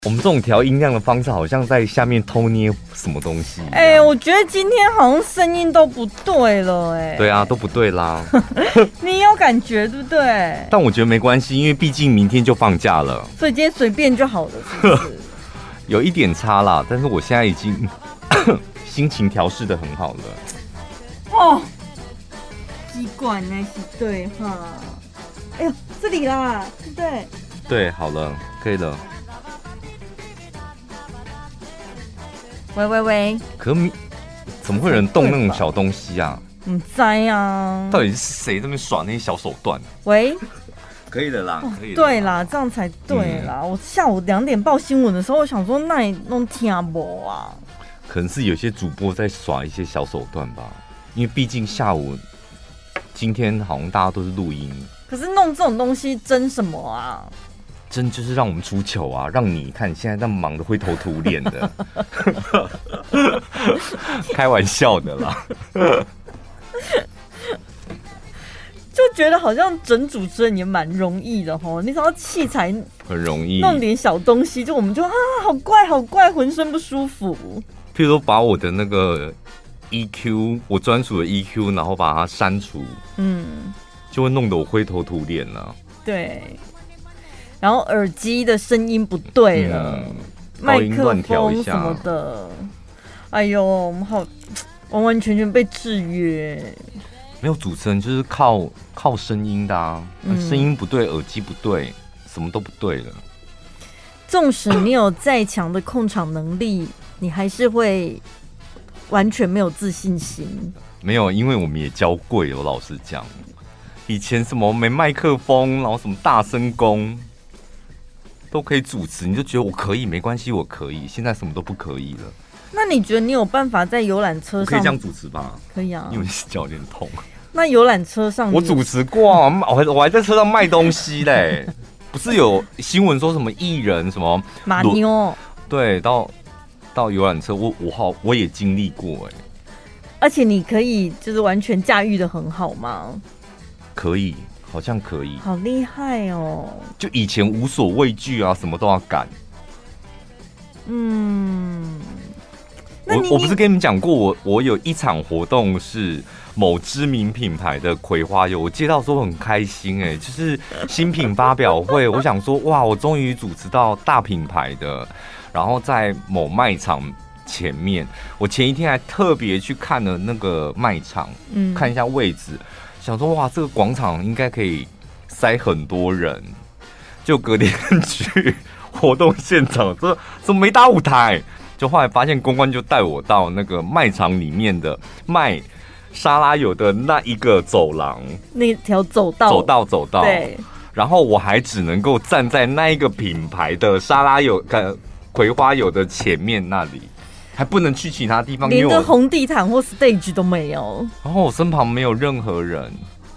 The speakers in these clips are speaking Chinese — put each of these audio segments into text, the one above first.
我们这种调音量的方式，好像在下面偷捏什么东西。 我觉得今天好像声音都不对了， 对啊，都不对啦。 你有感觉对不对？ 但我觉得没关系，因为毕竟明天就放假了， 所以今天随便就好了，是不是？ 有一点差啦，但是我现在已经心情调试得很好了。 哦，机关那是对哈。哎呦，这里啦，对不对？ 对，好了，可以了。 喂喂喂， 可怎么会有人动那种小东西啊？ 不知啊， 到底是谁在那边耍那些小手段？ 喂， 可以的啦，可以的啦。 对啦，这样才对啦。我下午2点报新闻的时候，我想说那你弄听不啊？ 可能是有些主播在耍一些小手段吧，因为毕竟下午今天好像大家都是录音。 可是弄这种东西争什么啊？ 真就是让我们出糗啊！让你看现在在忙得灰头土脸的，开玩笑的啦。 就觉得好像整主持人也蛮容易的吼，你只要器材很容易弄点小东西，就我们就好怪好怪，浑身不舒服。 譬如说把我的那个 EQ， 我专属的 EQ， 然后把它删除，就会弄得我灰头土脸了。 对。然后耳机的声音不对了，麦克风什么的，哎呦，我们好完完全全被制约。 没有主持人就是靠声音的啊，声音不对，耳机不对，什么都不对了。 纵使你有再强的控场能力，你还是会完全没有自信心。 没有，因为我们也教贵，我老实讲，以前什么没麦克风，然后什么大声公。都可以主持，你就觉得我可以，没关系，我可以。现在什么都不可以了。 那你觉得你有办法在游览车上？ 可以这样主持吧？ 可以啊， 因为脚有点痛。 那游览车上， 我主持过啊，我还在车上卖东西嘞。不是有新闻说什么艺人什么马妞？ 对，到游览车，我也经历过哎。 而且你可以就是完全驾驭的很好吗？ 可以。好像可以， 好厉害哦！ 就以前无所畏惧啊，什么都要敢。我不是跟你们讲过，我有一场活动是某知名品牌的葵花油，我接到说很开心哎，就是新品发表会，我想说哇，我终于主持到大品牌的，然后在某卖场前面，我前一天还特别去看了那个卖场，看一下位置。想说哇，这个广场应该可以塞很多人，就隔天去活动现场，怎么没搭舞台？就后来发现公关就带我到那个卖场里面的卖沙拉油的那一个走廊， 那条走道， 对。然后我还只能够站在那一个品牌的沙拉油葵花油的前面那里。还不能去其他地方， 连个红地毯或 stage 都没有。 然后我身旁没有任何人，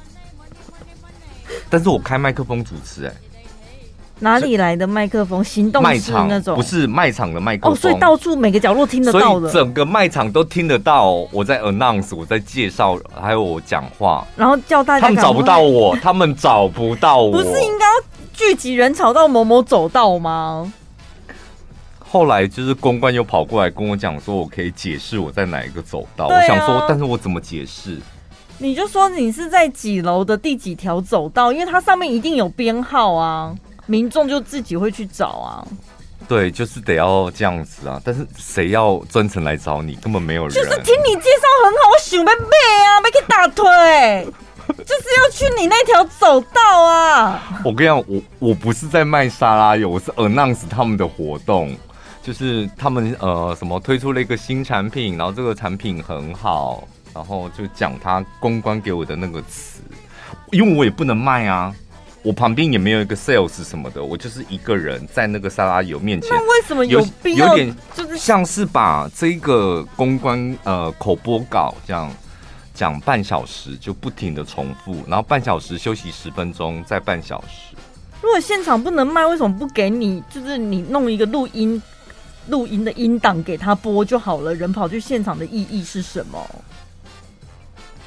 但是我开麦克风主持哪里来的麦克风？行动式那种？ 不是卖场的麦克风所以到处每个角落听得到的， 所以整个卖场都听得到我在 announce， 我在介绍，还有我讲话， 然后叫大家。 他们找不到我，他们找不到我。 不是应该要聚集人潮到某某走道吗？ 后来就是公关又跑过来跟我讲说，我可以解释我在哪一个走道。我想说，但是我怎么解释？ 你就说你是在几楼的第几条走道，因为它上面一定有编号啊，民众就自己会去找啊。 对，就是得要这样子啊。但是谁要专程来找你，根本没有人。 就是听你介绍很好，我想要买啊，要去打推，就是要去你那条走道啊。 我跟你讲，我不是在卖沙拉油，我是 announce 他们的活动。就是他们什么推出了一个新产品，然后这个产品很好，然后就讲他公关给我的那个词，因为我也不能卖啊，我旁边也没有一个 sales 什么的，我就是一个人在那个沙拉油面前。 那为什么有必要？ 有点就是像是把这个公关口播稿这样讲半小时，就不停的重复，然后半小时休息10分钟，再半小时。 如果现场不能卖，为什么不给你？就是你弄一个录音的音档给他播就好了，人跑去现场的意义是什么？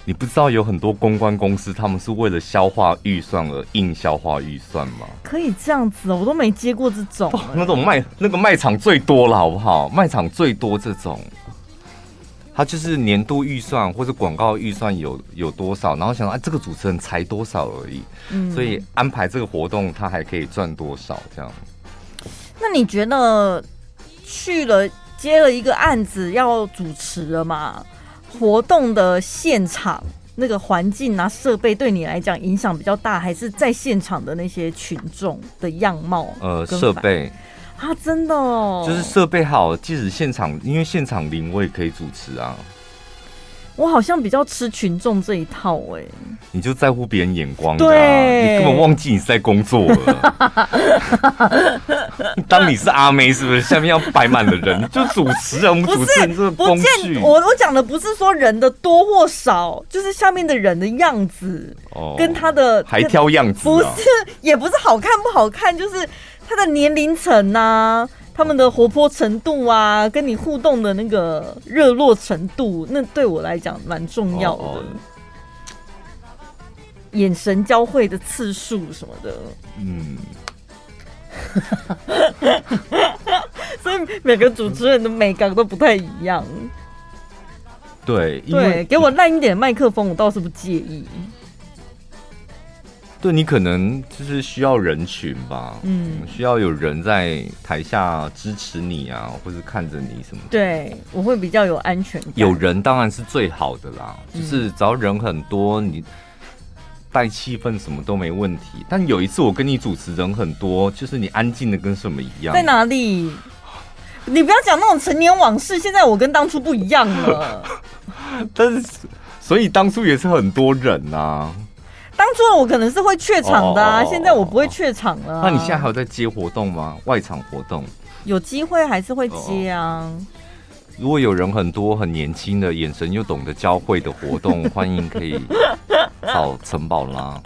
你不知道有很多公关公司，他们是为了消化预算而硬消化预算吗？ 可以这样子哦，我都没接过这种。 那种卖场最多了，好不好？卖场最多这种，他就是年度预算或者广告预算有多少，然后想到这个主持人才多少而已，所以安排这个活动他还可以赚多少这样。 那你觉得去了接了一个案子要主持了嘛？活动的现场那个环境啊、设备对你来讲影响比较大，还是在现场的那些群众的样貌？ 设备啊，真的哦， 就是设备好，即使现场，因为现场零我也可以主持啊。 我好像比较吃群众这一套哎、 你就在乎别人眼光的、啊， 对， 你根本忘记你是在工作了。当你是阿妹是不是？下面要摆满了人，就主持人，我们主持人这个工具。 我讲的不是说人的多或少，就是下面的人的样子，跟他的还挑样子、啊， 不是，也不是好看不好看，就是他的年龄层啊。他们的活泼程度啊，跟你互动的那个热络程度，那对我来讲蛮重要的。眼神交汇的次数什么的，所以每个主持人的美感都不太一样。 对， 给我烂一点的麦克风，我倒是不介意。 对，你可能就是需要人群吧，需要有人在台下支持你啊，或是看着你什么的。 对，我会比较有安全感。 有人当然是最好的啦，就是只要人很多，你带气氛什么都没问题。但有一次我跟你主持人很多，就是你安静的跟什么一样。 在哪里？你不要讲那种陈年往事，现在我跟当初不一样了。 但是，所以当初也是很多人啊。 当初我可能是会怯场的啊，现在我不会怯场了、啊。 那你现在还有在接活动吗？外场活动有机会还是会接啊。 如果有人很多、很年轻的、眼神又懂得交汇的活动，欢迎可以找陈宝拉。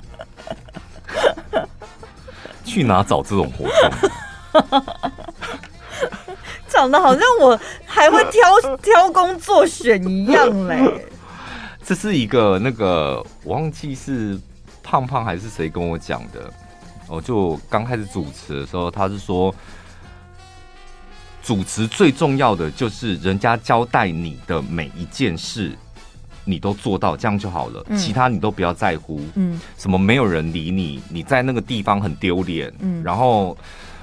去哪找这种活动？ 讲的好像我还会挑工作选一样嘞。 这是一个我忘记是胖胖还是谁跟我讲的。就刚开始主持的时候，他是说，主持最重要的就是人家交代你的每一件事，你都做到，这样就好了。其他你都不要在乎。什么没有人理你，你在那个地方很丢脸。然后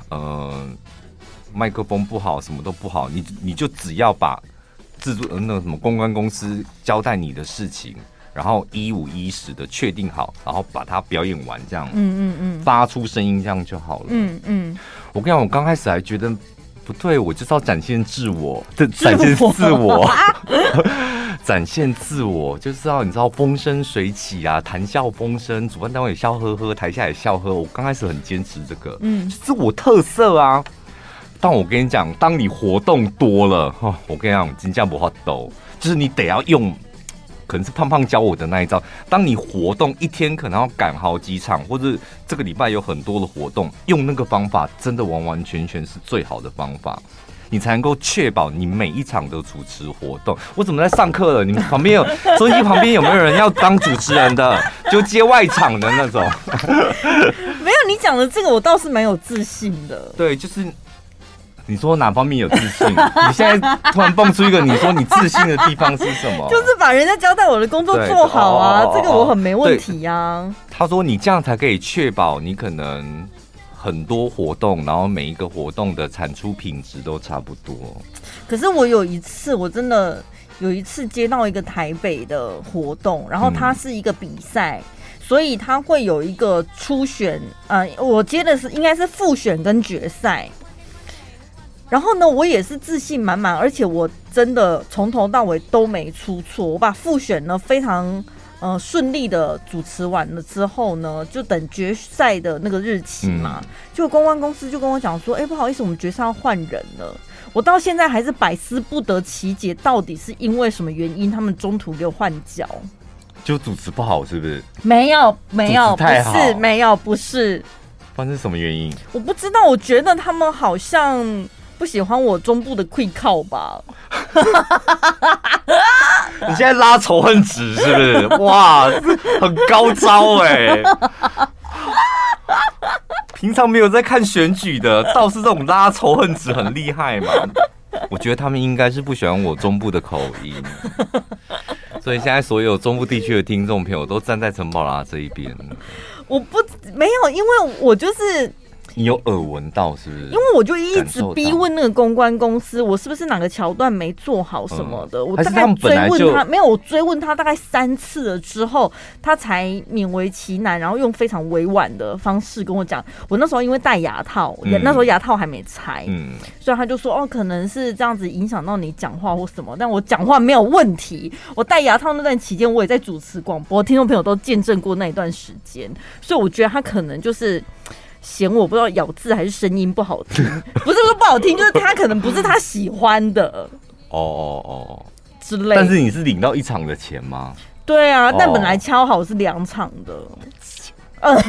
麦克风不好，什么都不好，你就只要把制作那个什么公关公司交代你的事情，然后15、10的确定好，然后把它表演完，这样，发出声音，这样就好了。我跟你讲，我刚开始还觉得不对，我就是要展现自我，展现自我，展现自我，就是要你知道风生水起啊，谈笑风生，主办单位也笑呵呵，台下也笑呵。我刚开始很坚持这个，是我特色啊。但我跟你讲，当你活动多了，我跟你讲，真的没法抖，就是你得要用，可能是胖胖教我的那一招。当你活动一天可能要赶好几场，或者这个礼拜有很多的活动，用那个方法真的完完全全是最好的方法，你才能够确保你每一场的主持活动。我怎么在上课了？你们旁边收音机旁边有没有人要当主持人的？就接外场的那种。 没有，你讲的这个我倒是蛮有自信的。 对，就是。你说哪方面有自信？你现在突然蹦出一个，你说你自信的地方是什么？ 就是把人家交代我的工作做好啊，这个我很没问题啊。 他说你这样才可以确保你可能很多活动，然后每一个活动的产出品质都差不多。 可是我真的有一次接到一个台北的活动，然后它是一个比赛。所以它会有一个初选，我接的是应该是复选跟决赛。然后呢，我也是自信满满，而且我真的从头到尾都没出错。我把复选呢非常顺利的主持完了之后呢，就等决赛的那个日期嘛，就公关公司就跟我讲说，不好意思，我们决赛要换人了。我到现在还是百思不得其解，到底是因为什么原因，他们中途给我换角？ 就主持不好是不是？ 没有，不是，没有，不是。 发生什么原因？ 我不知道，我觉得他们好像不喜欢我中部的 quick call 吧。 你现在拉仇恨值是不是？哇，很高招哎！平常没有在看选举的，倒是这种拉仇恨值很厉害嘛。我觉得他们应该是不喜欢我中部的口音，所以现在所有中部地区的听众朋友都站在陈宝拉这一边。 没有，因为我就是。 你有耳闻到是不是？因为我就一直逼问那个公关公司，我是不是哪个桥段没做好什么的？我大概追问他，没有，我追问他大概3次了之后，他才勉为其难，然后用非常委婉的方式跟我讲。我那时候因为戴牙套，那时候牙套还没拆，所以他就说可能是这样子影响到你讲话或什么。但我讲话没有问题，我戴牙套那段期间，我也在主持广播，听众朋友都见证过那一段时间，所以我觉得他可能就是。嫌我不知道咬字还是声音不好听，不是说不好听，就是他可能不是他喜欢的之类的。 但是你是领到1场的钱吗？ 对啊，但本来敲好是2场的。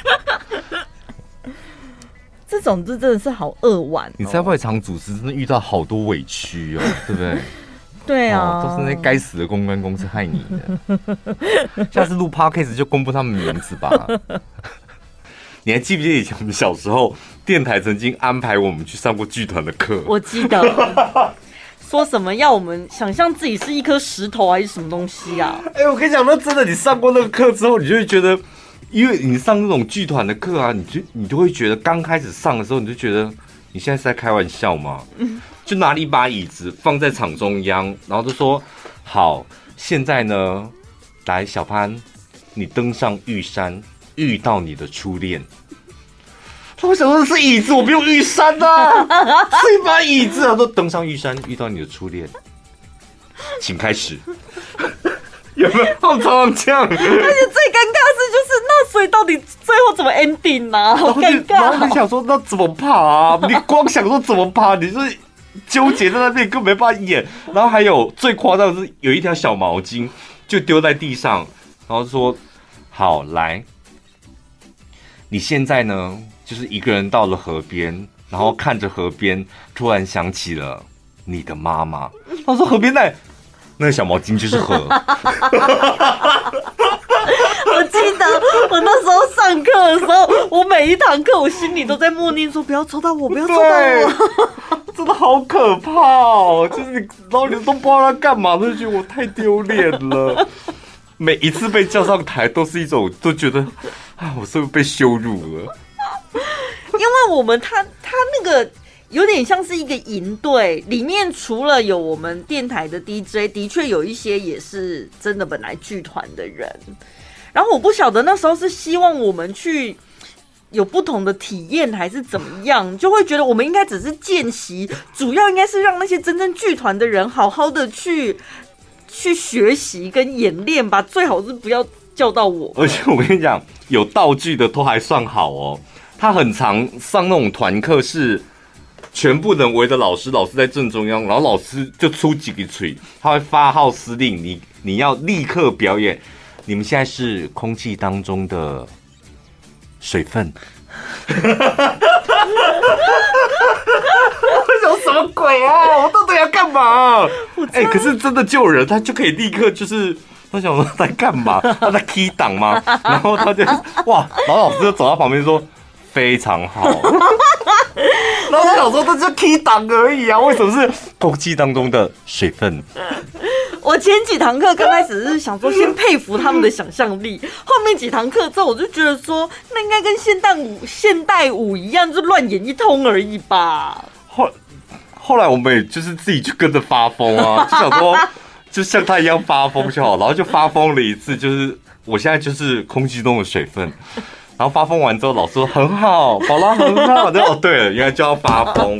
这种真的是好扼腕。 你在外场主持真的遇到好多委屈对不对？ 对啊， 都是那该死的公关公司害你的。下次录 podcast 就公布他们名字吧。你还记不记得以前我们小时候电台曾经安排我们去上过剧团的课？ 我记得，说什么要我们想象自己是一颗石头还是什么东西啊？ 我跟你讲，那真的，你上过那个课之后，你就会觉得，因为你上那种剧团的课啊，你就会觉得刚开始上的时候，你就觉得你现在是在开玩笑吗？就拿了一把椅子放在场中央，然后就说好，现在呢，来小潘，你登上玉山。遇到你的初恋，我想说是椅子，我不用玉山啊，是一把椅子啊。都登上玉山，遇到你的初恋，请开始。有没有常常这样？而且最尴尬的是，就是那所以到底最后怎么 ending 呢？好尴尬。 然后你想说那怎么爬啊？你光想说怎么爬，你是纠结在那边，根本没办法演。然后还有最夸张的是，有一条小毛巾就丢在地上，然后说好来。你现在呢，就是一个人到了河边，然后看着河边，突然想起了你的妈妈。他说河边那个小毛巾就是河。 我记得我那时候上课的时候，我每一堂课我心里都在默念说不要抽到我，不要抽到我。 真的好可怕哦！就是你，然后你都不知道他干嘛，都觉得我太丢脸了。每一次被叫上台，都是一种都觉得。我是不是被羞辱了？ 因为我们他那个有点像是一个营队，里面除了有我们电台的 DJ， 的确有一些也是真的本来剧团的人。然后我不晓得那时候是希望我们去有不同的体验，还是怎么样，就会觉得我们应该只是见习，主要应该是让那些真正剧团的人好好的去学习跟演练吧，最好是不要。叫到我， 而且我跟你讲，有道具的都还算好哦。他很常上那种团课，是全部人围着老师，老师在正中央，然后老师就出几个嘴，他会发号施令，你要立刻表演。你们现在是空气当中的水分。有什么鬼啊？我到底要干嘛？可是真的就有人，他就可以立刻就是。他想说在干嘛？他在 key 档吗？然后他就哇，然后老师就走到旁边说非常好。然后他想说这就 key 档而已啊，为什么是空气当中的水分？ 我前几堂课刚开始是想说先佩服他们的想象力，后面几堂课之后我就觉得说那应该跟现代舞一样，就乱演一通而已吧。 后来我们也就是自己就跟着发疯啊，就想说。就像他一样发疯就好，然后就发疯了一次，就是我现在就是空气中的水分，然后发疯完之后，老师说很好，宝拉很好，对了，原来就要发疯，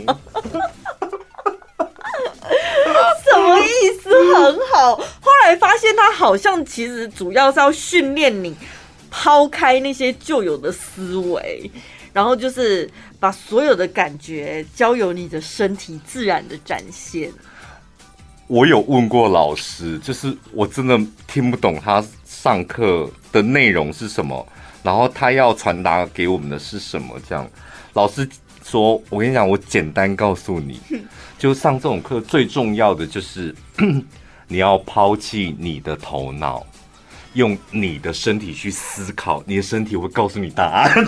什么意思？很好。后来发现他好像其实主要是要训练你抛开那些旧有的思维，然后就是把所有的感觉交由你的身体自然的展现。 我有问过老师，就是我真的听不懂他上课的内容是什么，然后他要传达给我们的是什么，这样老师说，我跟你讲，我简单告诉你，就上这种课最重要的就是你要抛弃你的头脑，用你的身体去思考，你的身体会告诉你答案。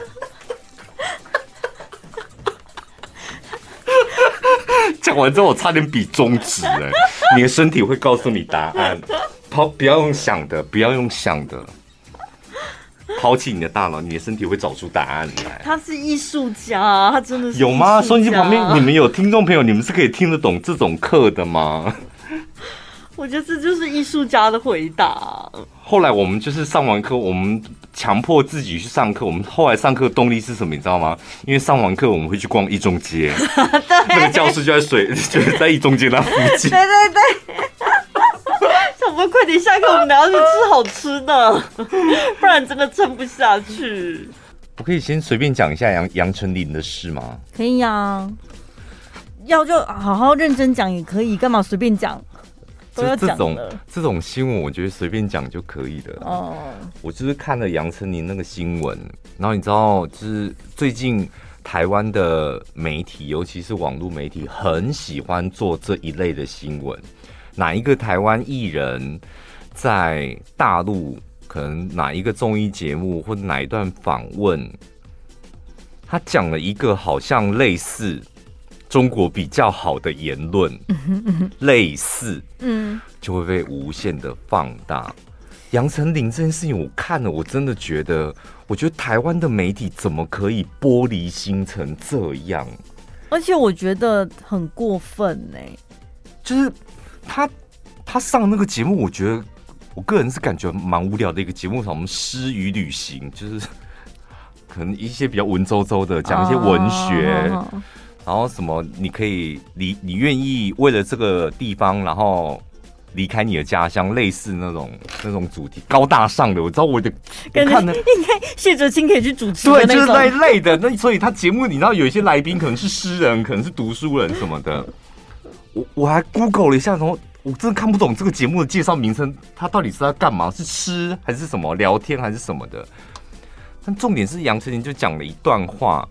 讲完之后，我差点比中指你的身体会告诉你答案，不要用想的，不要用想的。抛弃你的大脑，你的身体会找出答案来。 他是艺术家，他真的是有吗？收音机旁边，你们有听众朋友，你们是可以听得懂这种课的吗？ 我觉得这就是艺术家的回答。 后来我们就是上完课，我们强迫自己去上课。我们后来上课动力是什么？你知道吗？因为上完课我们会去逛一中街，那个教室就在在一中街那附近。 对对对。想说快点下课，我们等下去吃好吃的，不然真的撑不下去。 我可以先随便讲一下杨丞琳的事吗？ 可以呀，要就好好认真讲也可以，干嘛随便讲？都要讲的。 这种新闻，我觉得随便讲就可以了。哦，我就是看了杨丞琳那个新闻，然后你知道，就是最近台湾的媒体，尤其是网络媒体，很喜欢做这一类的新闻。哪一个台湾艺人在大陆可能哪一个综艺节目或者哪一段访问，他讲了一个好像类似中国比较好的言论，类似，就会被无限的放大。杨丞琳这件事情我看了，我真的觉得，我觉得台湾的媒体怎么可以玻璃心成这样？ 而且我觉得很过分就是他上那个节目，我觉得我个人是感觉蛮无聊的一个节目，什么诗与旅行，就是可能一些比较文绉绉的，讲一些文学，然后什么你可以你愿意为了这个地方，然后离开你的家乡，类似那种主题高大上的，我知道我看的应该谢哲青可以去主持的那种， 对，就是那一类的。那所以他节目你知道有一些来宾可能是诗人，可能是读书人什么的。我还 Google 了一下，然后我真的看不懂这个节目的介绍名称，它到底是在干嘛？是吃还是什么聊天还是什么的？但重点是杨丞琳就讲了一段话，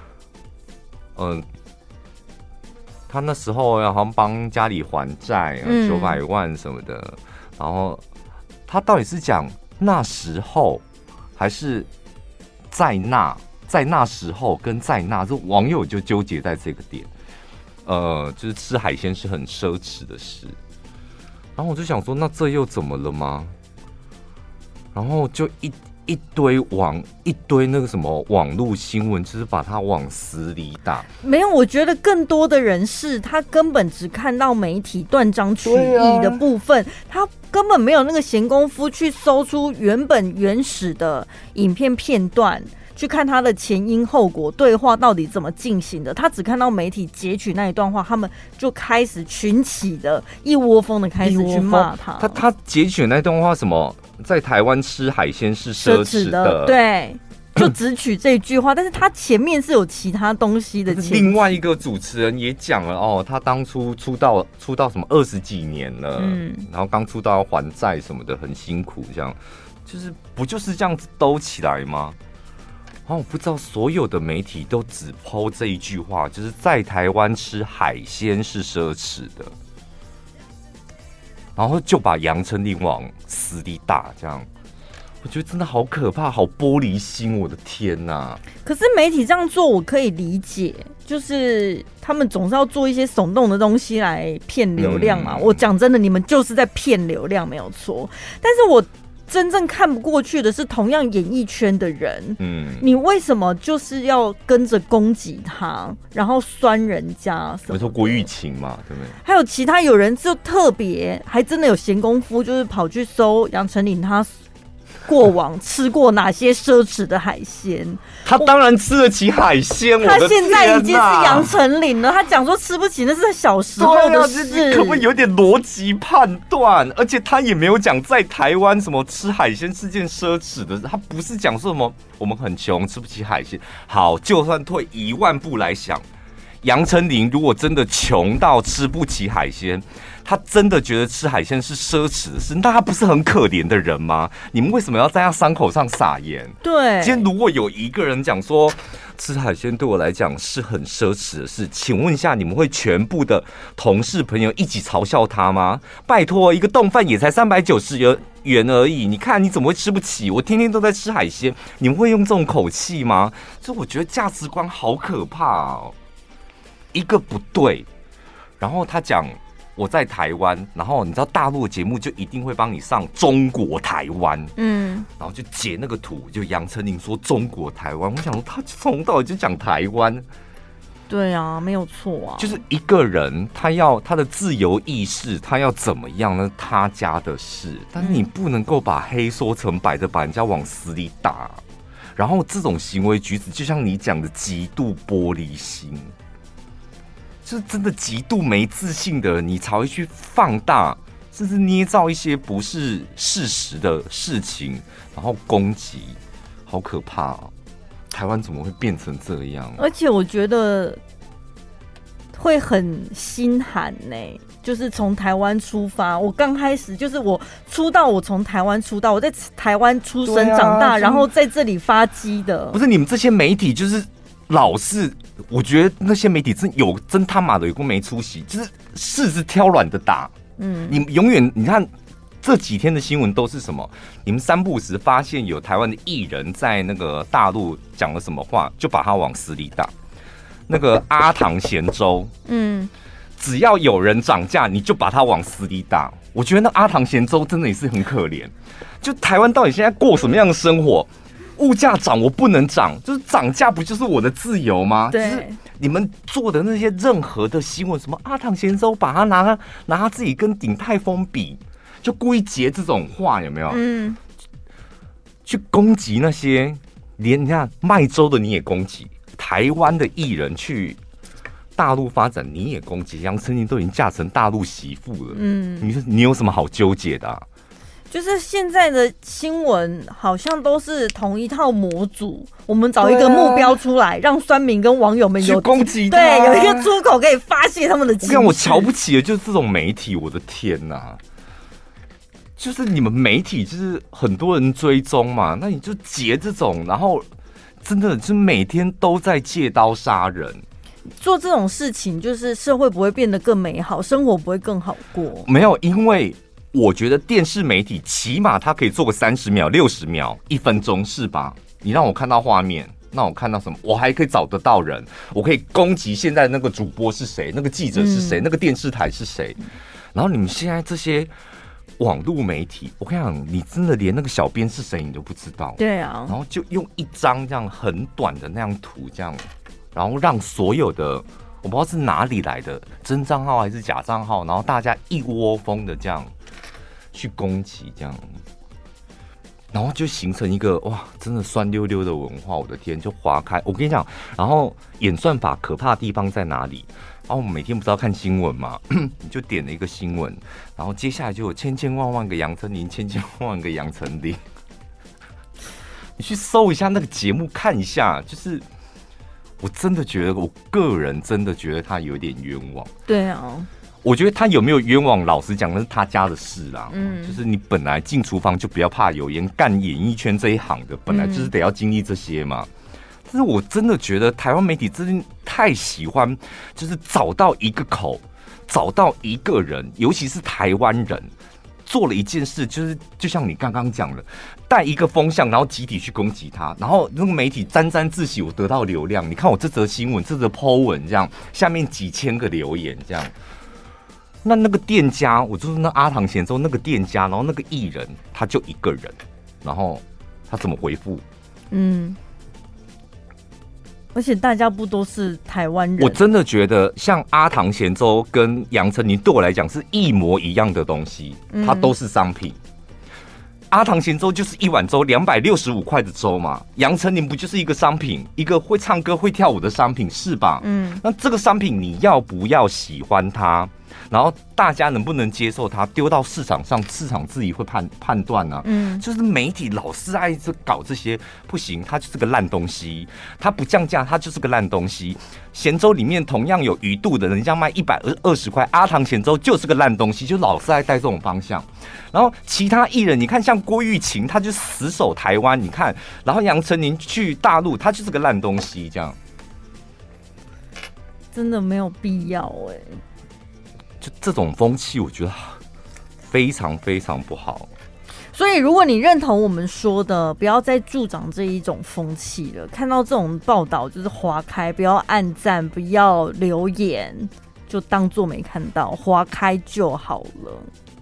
他那时候好像帮家里还债900万什么的，然后他到底是讲那时候还是在那时候跟在那，这网友就纠结在这个点。就是吃海鲜是很奢侈的事，然后我就想说，那这又怎么了吗？然后就一堆那个什么网络新闻，就是把它往死里打。 没有，我觉得更多的人是他根本只看到媒体断章取义的部分，他根本没有那个闲工夫去搜出原始的影片片段。去看他的前因后果，对话到底怎么进行的。他只看到媒体截取那一段话，他们就开始群起的一窝蜂的开始去骂他。 他截取那段话什么，在台湾吃海鲜是奢侈的， 对，就只取这句话。但是他前面是有其他东西的。 另外一个主持人也讲了他当初出道什么20几年了，然后刚出道要还债什么的，很辛苦，这样不就是这样子兜起来吗？然后我不知道所有的媒体都只抛这一句话，就是在台湾吃海鲜是奢侈的，然后就把杨丞琳往死里打，这样我觉得真的好可怕，好玻璃心，我的天哪！ 可是媒体这样做我可以理解，就是他们总是要做一些耸动的东西来骗流量嘛。我讲真的，你们就是在骗流量，没有错。但是我真正看不过去的是，同样演艺圈的人，你为什么就是要跟着攻击他，然后酸人家什么？ 你说郭玉琴嘛，对不对？ 还有其他有人就特别，还真的有闲工夫，就是跑去搜杨丞琳他过往吃过哪些奢侈的海鲜。 他当然吃得起海鲜， 他现在已经是杨丞琳了。他讲说吃不起，那是他小时候的事。 你可不可以有点逻辑判断？而且他也没有讲在台湾什么吃海鲜是件奢侈的，他不是讲说什么我们很穷吃不起海鲜。好，就算退1万步来想， 杨丞琳如果真的穷到吃不起海鲜，他真的觉得吃海鲜是奢侈的事，那他不是很可怜的人吗？你们为什么要在他伤口上撒盐？ 对， 今天如果有一个人讲说吃海鲜对我来讲是很奢侈的事，请问一下，你们会全部的同事朋友一起嘲笑他吗？拜托，一个冻饭也才390元而已，你看你怎么会吃不起？我天天都在吃海鲜，你们会用这种口气吗？所以我觉得价值观好可怕哦，一个不对，然后他讲。我在台湾，然后你知道大陆的节目就一定会帮你上中国台湾，然后就截那个图，就杨丞琳说中国台湾，我想说他从头到尾就讲台湾， 对啊，没有错啊， 就是一个人他要他的自由意识，他要怎么样呢？他家的事，但是你不能够把黑说成白的，把人家往死里打，然后这种行为举止，就像你讲的极度玻璃心。就是真的极度没自信的人，你才会去放大，甚至捏造一些不是事实的事情，然后攻击，好可怕啊！台湾怎么会变成这样？ 而且我觉得会很心寒呢。就是从台湾出发，我刚开始就是我出道，我从台湾出道，我在台湾出生长大，然后在这里发迹的。不是你们这些媒体就是老是。我觉得那些媒体真他妈的有够没出息，就是柿子挑软的打。你们永远你看这几天的新闻都是什么？你们三不五时发现有台湾的艺人在那个大陆讲了什么话，就把他往死里打。那个阿唐咸粥，只要有人涨价，你就把他往死里打。我觉得那阿唐咸粥真的也是很可怜。就台湾到底现在过什么样的生活？物价涨我不能涨，就是涨价不就是我的自由吗？ 对， 就是你们做的那些任何的新闻，什么阿唐咸粥把他拿他自己跟鼎泰丰比，就故意截这种话，有没有？去攻击那些连你看卖粥的你也攻击，台湾的艺人去大陆发展你也攻击，杨丞琳都已经嫁成大陆媳妇了，你有什么好纠结的啊？ 就是现在的新闻好像都是同一套模组，我们找一个目标出来，让酸民跟网友们有去攻击他， 对，有一个出口可以发泄他们的情绪。 我瞧不起的就是这种媒体，我的天哪！就是你们媒体就是很多人追踪嘛，那你就截这种，然后真的就每天都在借刀杀人。 做这种事情，就是社会不会变得更美好，生活不会更好过。 没有，因为我觉得电视媒体起码它可以做个30秒、60秒、1分钟，是吧？你让我看到画面，那我看到什么？我还可以找得到人，我可以攻击现在那个主播是谁，那个记者是谁，那个电视台是谁。然后你们现在这些网络媒体，我跟你讲，你真的连那个小编是谁你都不知道。 对啊， 然后就用一张这样很短的那样图，这样，然后让所有的我不知道是哪里来的真账号还是假账号，然后大家一窝蜂的这样去攻击，这样，然后就形成一个哇，真的酸溜溜的文化。我的天，就划开。我跟你讲，然后演算法可怕的地方在哪里？然后我们每天不是要看新闻嘛，你就点了一个新闻，然后接下来就有千千万万个杨丞琳，千千万万个杨丞琳。你去搜一下那个节目看一下，就是我真的觉得，我个人真的觉得他有点冤枉。 对啊。 我觉得他有没有冤枉，老实讲，那是他家的事啦。就是你本来进厨房就不要怕油烟，干演艺圈这一行的，本来就是得要经历这些嘛。但是我真的觉得台湾媒体真的太喜欢，就是找到一个口，找到一个人，尤其是台湾人做了一件事，就是就像你刚刚讲的，带一个风向，然后集体去攻击他，然后那个媒体沾沾自喜，我得到流量。你看我这则新闻，这则 po 文，这样下面几千个留言，这样。那个店家，我就是那阿唐咸粥那个店家，然后那个艺人他就一个人，然后他怎么回复？ 而且大家不都是台湾人？ 我真的觉得像阿唐咸粥跟杨丞琳对我来讲是一模一样的东西，它都是商品。阿唐咸粥就是一碗粥265块的粥嘛，杨丞琳不就是一个商品，一个会唱歌会跳舞的商品，是吧？那这个商品你要不要喜欢它？ 然后大家能不能接受它丢到市场上，市场自己会判断啊。就是媒体老是爱搞这些，不行，它就是个烂东西，它不降价，它就是个烂东西。咸粥里面同样有鱼肚的，人家卖120块，阿唐咸粥就是个烂东西，就老是爱带这种方向。然后其他艺人，你看像郭玉琴，他就死守台湾，你看，然后杨丞琳去大陆，他就是个烂东西，这样真的没有必要哎。 就这种风气，我觉得非常非常不好。 所以，如果你认同我们说的，不要再助长这一种风气了。看到这种报道，就是滑开，不要按赞，不要留言，就当作没看到，滑开就好了。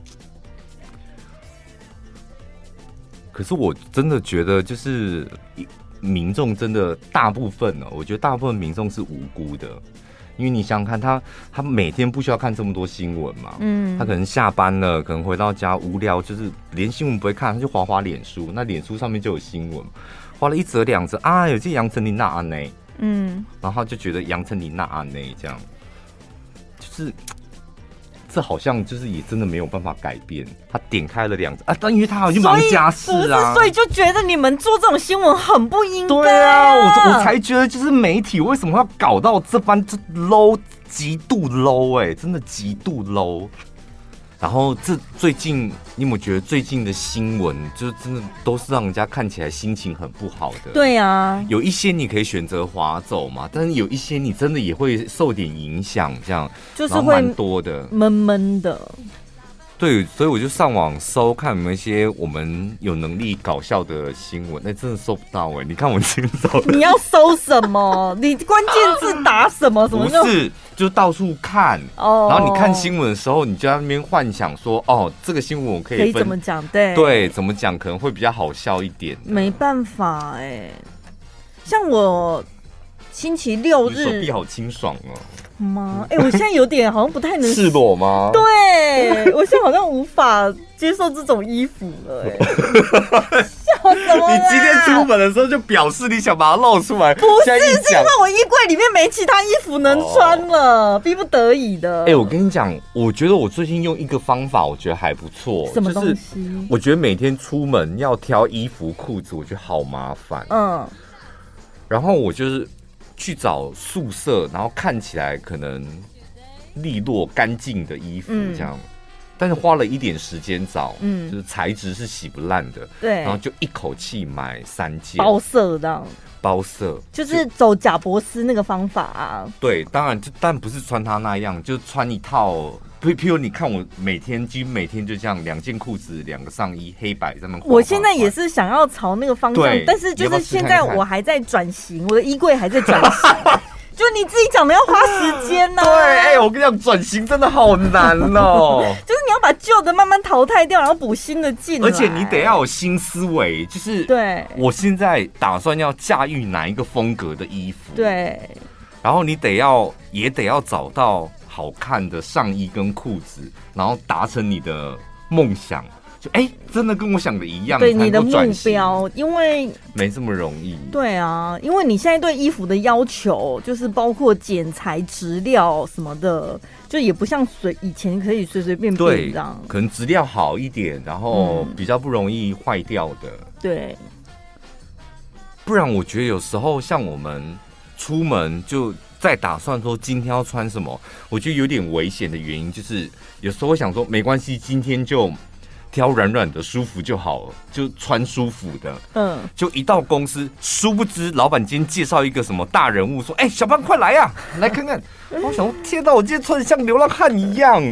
可是我真的觉得，就是民众真的大部分呢，我觉得大部分民众是无辜的。因为你想想看，他每天不需要看这么多新闻嘛，他可能下班了，可能回到家无聊，就是连新闻不会看，他就滑脸书，那脸书上面就有新闻，滑了1则2则啊，有这杨丞琳那安内，然后他就觉得杨丞琳那安内这样，就是这好像就是也真的没有办法改变。他点开了2则啊，但因为他好像忙家事啊， 所以就觉得你们做这种新闻很不应该。 对啊，我才觉得就是媒体为什么要搞到这番这 low， 极度 low 真的极度 low。然后这最近你有没有觉得最近的新闻就真的都是让人家看起来心情很不好的？ 对啊， 有一些你可以选择滑走嘛，但是有一些你真的也会受点影响，这样就是会蛮多的， 闷闷的。 对，所以我就上网搜看有没有一些我们有能力搞笑的新闻，那真的搜不到你看我今天搜， 你要搜什么？你关键字打什么？什么不是，就到处看然后你看新闻的时候，你就在那边幻想说，这个新闻我可以怎么讲？对， 怎么讲可能会比较好笑一点。 没办法像我星期6日， 你手臂好清爽吗？我现在有点好像不太能赤裸吗？ 对，我现在好像无法接受这种衣服了笑什么？ 你今天出门的时候就表示你想把它露出来， 不是，是因为我衣柜里面没其他衣服能穿了，逼不得已的。 我跟你讲，我觉得我最近用一个方法，我觉得还不错。 什么东西？ 就是我觉得每天出门要挑衣服、裤子，我觉得好麻烦。然后我就是去找素色，然后看起来可能利落干净的衣服这样，但是花了一点时间找，就是材质是洗不烂的， 对， 然后就一口气买3件包色的， 包色就是走贾伯斯那个方法啊。 对，当然但不是穿他那样，就穿一套。譬如你看我几乎每天就这样2件裤子2个上衣黑白在那。 我现在也是想要朝那个方向，但是就是现在我还在转型，我的衣柜还在转型。就你自己讲的要花时间呐。 对，我跟你讲，转型真的好难哦。 就是你要把旧的慢慢淘汰掉，然后补新的进来， 而且你得要有新思维，就是对。 我现在打算要驾驭哪一个风格的衣服， 对。 然后你也得要找到好看的上衣跟裤子，然后达成你的梦想，就真的跟我想的一样， 对你的目标，因为没这么容易。对啊，因为你现在对衣服的要求就是包括剪裁、质料什么的，就也不像以前可以随随便便这样， 可能质料好一点，然后比较不容易坏掉的。 对， 不然我觉得有时候像我们出门就在打算说今天要穿什么，我觉得有点危险的原因就是有时候会想说没关系，今天就挑软软的舒服就好了，就穿舒服的。就一到公司，殊不知老板今天介绍一个什么大人物，说小胖快来呀，来看看。我想说天哪，我今天穿得像流浪汉一样。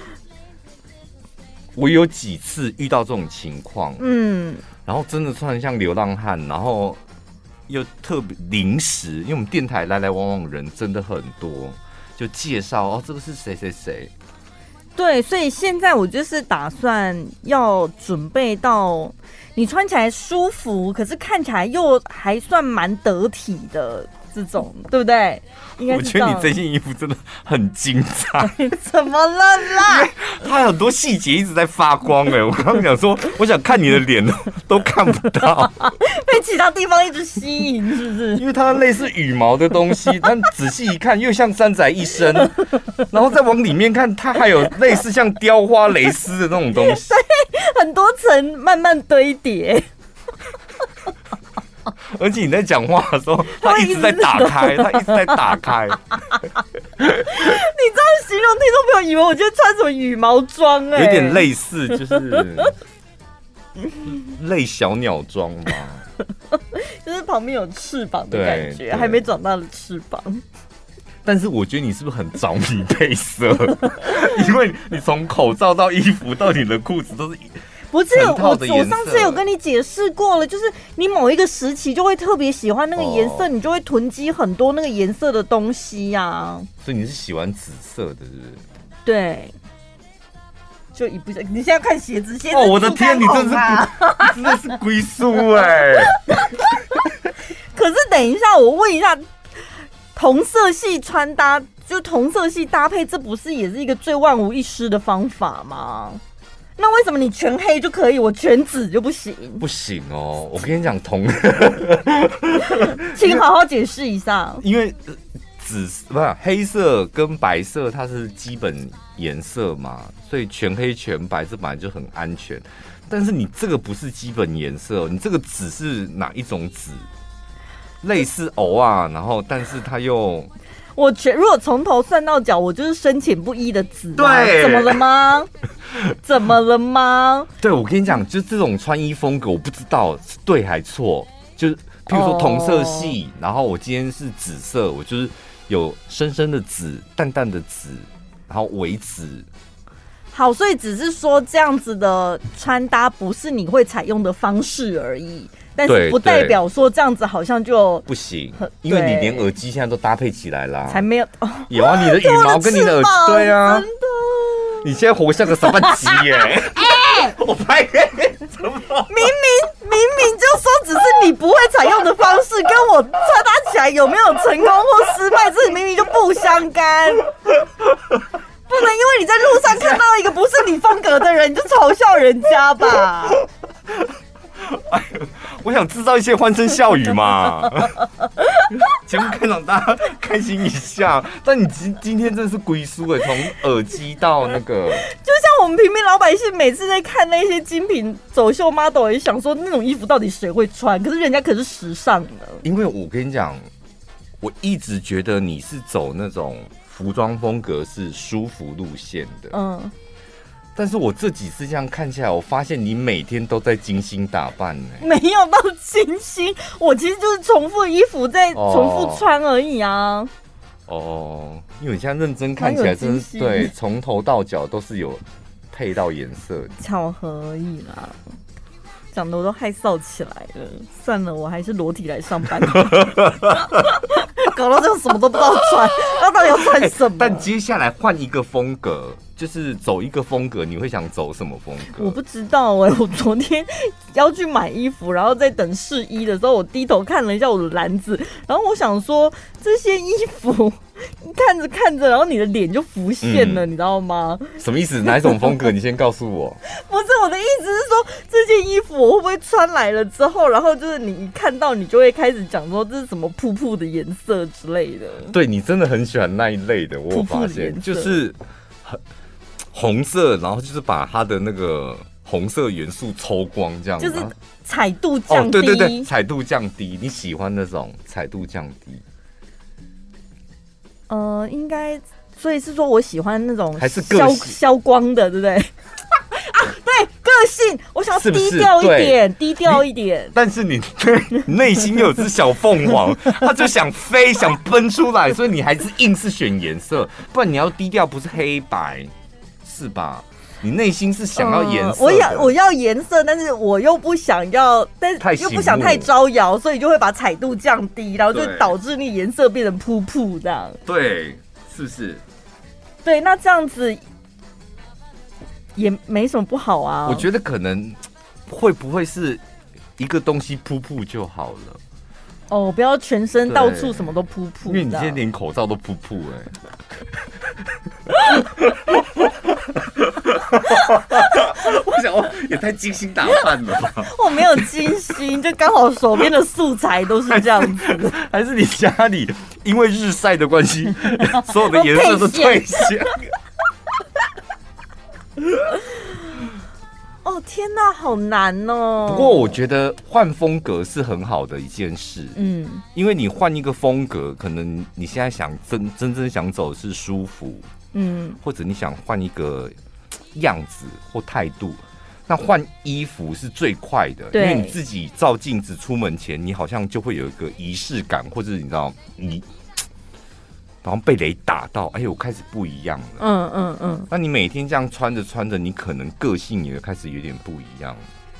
我有几次遇到这种情况，然后真的穿得像流浪汉，然后又特别临时，因为我们电台来来往往人真的很多，就介绍这个是谁谁谁。 对，所以现在我就是打算要准备到你穿起来舒服，可是看起来又还算蛮得体的这种对不对？应该我觉得你这件衣服真的很精彩。 怎么了啦？ 它很多细节一直在发光我刚刚讲说，我想看你的脸都看不到， 被其他地方一直吸引，是不是？ 因为它类似羽毛的东西，但仔细一看又像山仔一身，然后再往里面看，它还有类似像雕花蕾丝的那种东西， 对，很多层慢慢堆叠。 而且你在讲话的时候，它一直在打开，它一直在打开。 你这样形容，听众朋友以为我今天穿什么羽毛装有点类似，就是类小鸟装吧， 就是旁边有翅膀的感觉，还没长大的翅膀。 但是我觉得你是不是很着迷配色？因为你从口罩到衣服到你的裤子都是。 不是我上次有跟你解释过了，就是你某一个时期就会特别喜欢那个颜色，你就会囤积很多那个颜色的东西呀。所以你是喜欢紫色的，是不是？ 对，就一不小心，你现在看鞋子， 哦，我的天，你真的是龟叔哎！ 可是等一下，我问一下，同色系穿搭就同色系搭配，这不是也是一个最万无一失的方法吗？那为什么你全黑就可以，我全紫就不行？ 不行哦，我跟你讲请好好解释一下。 因为黑色跟白色它是基本颜色嘛，所以全黑全白这本来就很安全。但是你这个不是基本颜色，你这个紫是哪一种紫？类似藕啊，然后但是它又。 如果从头算到脚，我就是深浅不一的紫。 对， 怎么了吗？怎么了吗？ 对，我跟你讲，就这种穿衣风格，我不知道是对还错。就是譬如说同色系，然后我今天是紫色，我就是有深深的紫、淡淡的紫，然后微紫。 好，所以只是说这样子的穿搭不是你会采用的方式而已。但是不代表说这样子好像就不行，因为你连耳机现在都搭配起来啦。 才没有有啊，你的羽毛跟你的耳机，对啊，真的，你现在活像个傻巴鸡耶！我拍，明明就说只是你不会采用的方式，跟我穿搭起来有没有成功或失败，这明明就不相干。不能因为你在路上看到一个不是你风格的人，你就嘲笑人家吧。 我想制造一些欢声笑语嘛，节目开场大家开心一下。但你今天真的是龟叔哎，从耳机到那个， 就像我们平民老百姓每次在看那些精品走秀 model， 也想说那种衣服到底谁会穿？可是人家可是时尚的。 因为我跟你讲，我一直觉得你是走那种服装风格是舒服路线的，但是我这几次这样看下来，我发现你每天都在精心打扮呢。 没有到精心，我其实就是重复衣服在重复穿而已啊。 哦，因为你现在认真看起来，真是对，从头到脚都是有配到颜色的， 巧合而已啦。讲的我都害臊起来了，算了，我还是裸体来上班。搞到这样什么都不知道穿，那到底要穿什么？ 但接下来换一个风格。就是走一个风格，你会想走什么风格？ 我不知道我昨天要去买衣服，然后在等试衣的时候，我低头看了一下我的篮子，然后我想说这些衣服看着看着，然后你的脸就浮现了，你知道吗？ 什么意思？哪一种风格？你先告诉我。 不是，我的意思是说，这件衣服我会不会穿来了之后，然后就是你一看到，你就会开始讲说这是什么瀑布的颜色之类的。 对，你真的很喜欢那一类的，我有发现，就是很。红色，然后就是把它的那个红色元素抽光，这样就是彩度降低。 对，彩度降低，你喜欢那种彩度降低？ 应该，所以是说我喜欢那种还是消光的，对不对？啊，对，个性，我想要低调一点，低调一点。 但是你内心有只小凤凰，它就想飞，想奔出来，所以你还是硬是选颜色，不然你要低调，不是黑白。是吧？你内心是想要颜色我要颜色，但是我又不想要，但是又不想太招摇，所以就会把彩度降低，然后就导致你颜色变成瀑布这样。 对，是不是？ 对，那这样子也没什么不好啊。 我觉得可能会不会是一个东西瀑布就好了？ 哦，不要全身到处什么都扑扑， 因为你今天连口罩都扑扑我想也太精心打扮了吧？ 我没有精心，就刚好手边的素材都是这样子。 还是你家里因为日晒的关系，所有的颜色都退线？ 哦天哪，好难哦！ 不过我觉得换风格是很好的一件事，因为你换一个风格，可能你现在想真正想走的是舒服，或者你想换一个样子或态度，那换衣服是最快的，因为你自己照镜子出门前，你好像就会有一个仪式感，或者你知道然后被雷打到，哎呦，我开始不一样了。那你每天这样穿着穿着，你可能个性也开始有点不一样。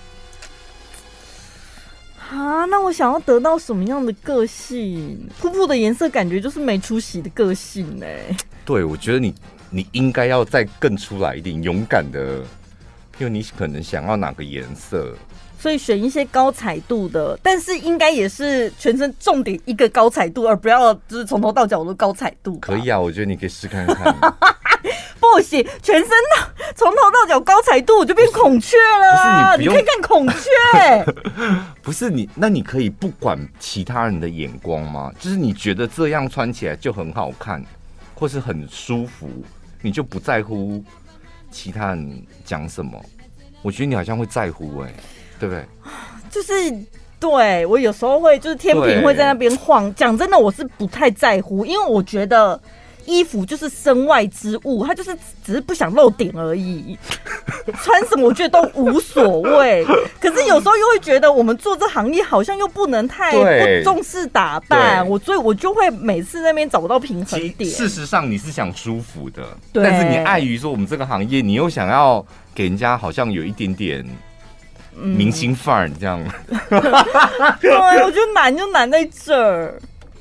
啊，那我想要得到什么样的个性？瀑布的颜色感觉就是没出息的个性欸。 对，我觉得你应该要再更出来一点，勇敢的，因为你可能想要哪个颜色。 所以选一些高彩度的，但是应该也是全身重点一个高彩度，而不要就是从头到脚都高彩度。 可以啊，我觉得你可以试看看。 不行，全身从头到脚高彩度，我就变孔雀了啊！你可以看孔雀。 不是你，那你可以不管其他人的眼光吗？就是你觉得这样穿起来就很好看，或是很舒服，你就不在乎其他人讲什么？我觉得你好像会在乎对不对？ 就是对我有时候会，就是天平会在那边晃。讲真的，我是不太在乎，因为我觉得衣服就是身外之物，它就是只是不想露点而已。穿什么我觉得都无所谓。可是有时候又会觉得，我们做这行业好像又不能太不重视打扮，所以我就会每次那边找不到平衡点。 事实上你是想舒服的，但是你碍于说我们这个行业，你又想要给人家好像有一点点明星范儿这样。 对，我觉得难就难在这儿。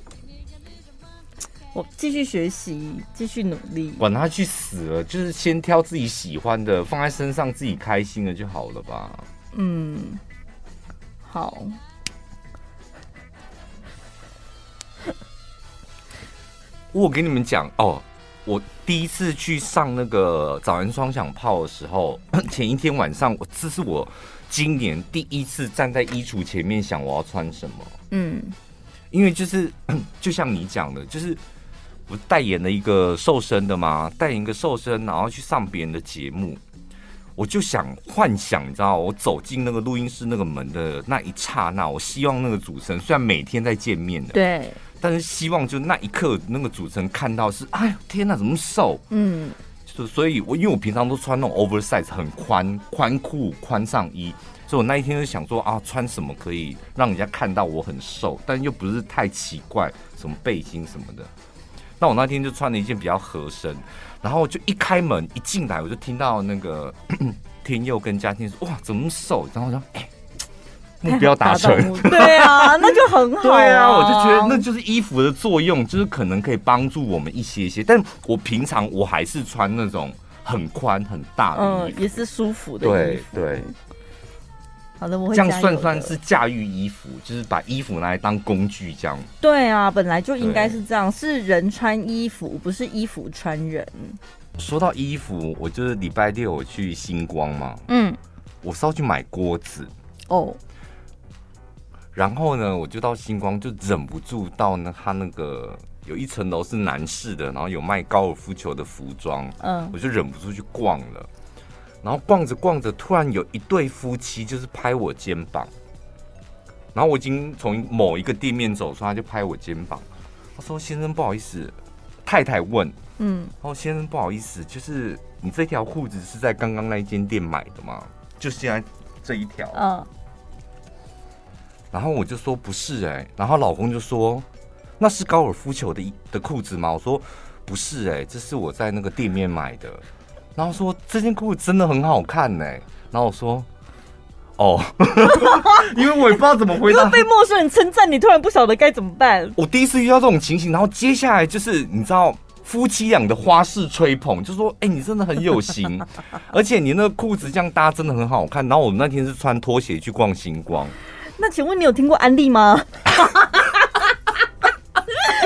我继续学习，继续努力， 管他去死了，就是先挑自己喜欢的，放在身上，自己开心的就好了吧。 好。 我跟你们讲哦，我第一次去上那个早安双响炮的时候，前一天晚上，这是我今年第一次站在衣橱前面想我要穿什么。因为就像你讲的，就是我代言了一个瘦身的嘛，代言一个瘦身，然后去上别人的节目，我就想幻想，你知道，我走进那个录音室那个门的那一刹那，我希望那个主持人虽然每天在见面的， 对， 但是希望就那一刻那个主持人看到是，哎呦天哪，怎么那么瘦？所以因为我平常都穿那种 oversize 很宽裤宽上衣。所以我那一天就想说啊，穿什么可以让人家看到我很瘦，但又不是太奇怪，什么背心什么的。那我那天就穿了一件比较合身，然后就一开门一进来，我就听到那个天佑跟嘉欣说：“哇，怎么那么瘦？”然后我说：“目标达成。” 对啊，那就很好。 对啊，我就觉得那就是衣服的作用，就是可能可以帮助我们一些。但我平常我还是穿那种很宽很大的衣服， 也是舒服的衣服。 对。 好的，我会这样算是驾驭衣服，就是把衣服拿来当工具这样。 对啊，本来就应该是这样，是人穿衣服，不是衣服穿人。 说到衣服，我就是礼拜六我去星光嘛，我是要去买锅子哦。然后呢，我就到星光，就忍不住到他那个有一层楼是男士的，然后有卖高尔夫球的服装，我就忍不住去逛了。然后逛着逛着，突然有一对夫妻就是拍我肩膀，然后我已经从某一个店面走出，他就拍我肩膀，他说：“先生，不好意思。”太太问：“然后先生不好意思，就是你这条裤子是在刚刚那一间店买的吗？就现在这一条。”然后我就说：“不是然后老公就说：“那是高尔夫球的裤子吗？”我说：“不是这是我在那个店面买的。”然后说这件裤子真的很好看然后我说哦，因为我也不知道怎么回答。 因为被陌生人称赞，你突然不晓得该怎么办。 我第一次遇到这种情形，然后接下来就是你知道夫妻俩的花式吹捧，就说你真的很有型，而且你那个裤子这样搭真的很好看。然后我那天是穿拖鞋去逛星光。 那请问你有听过安利吗？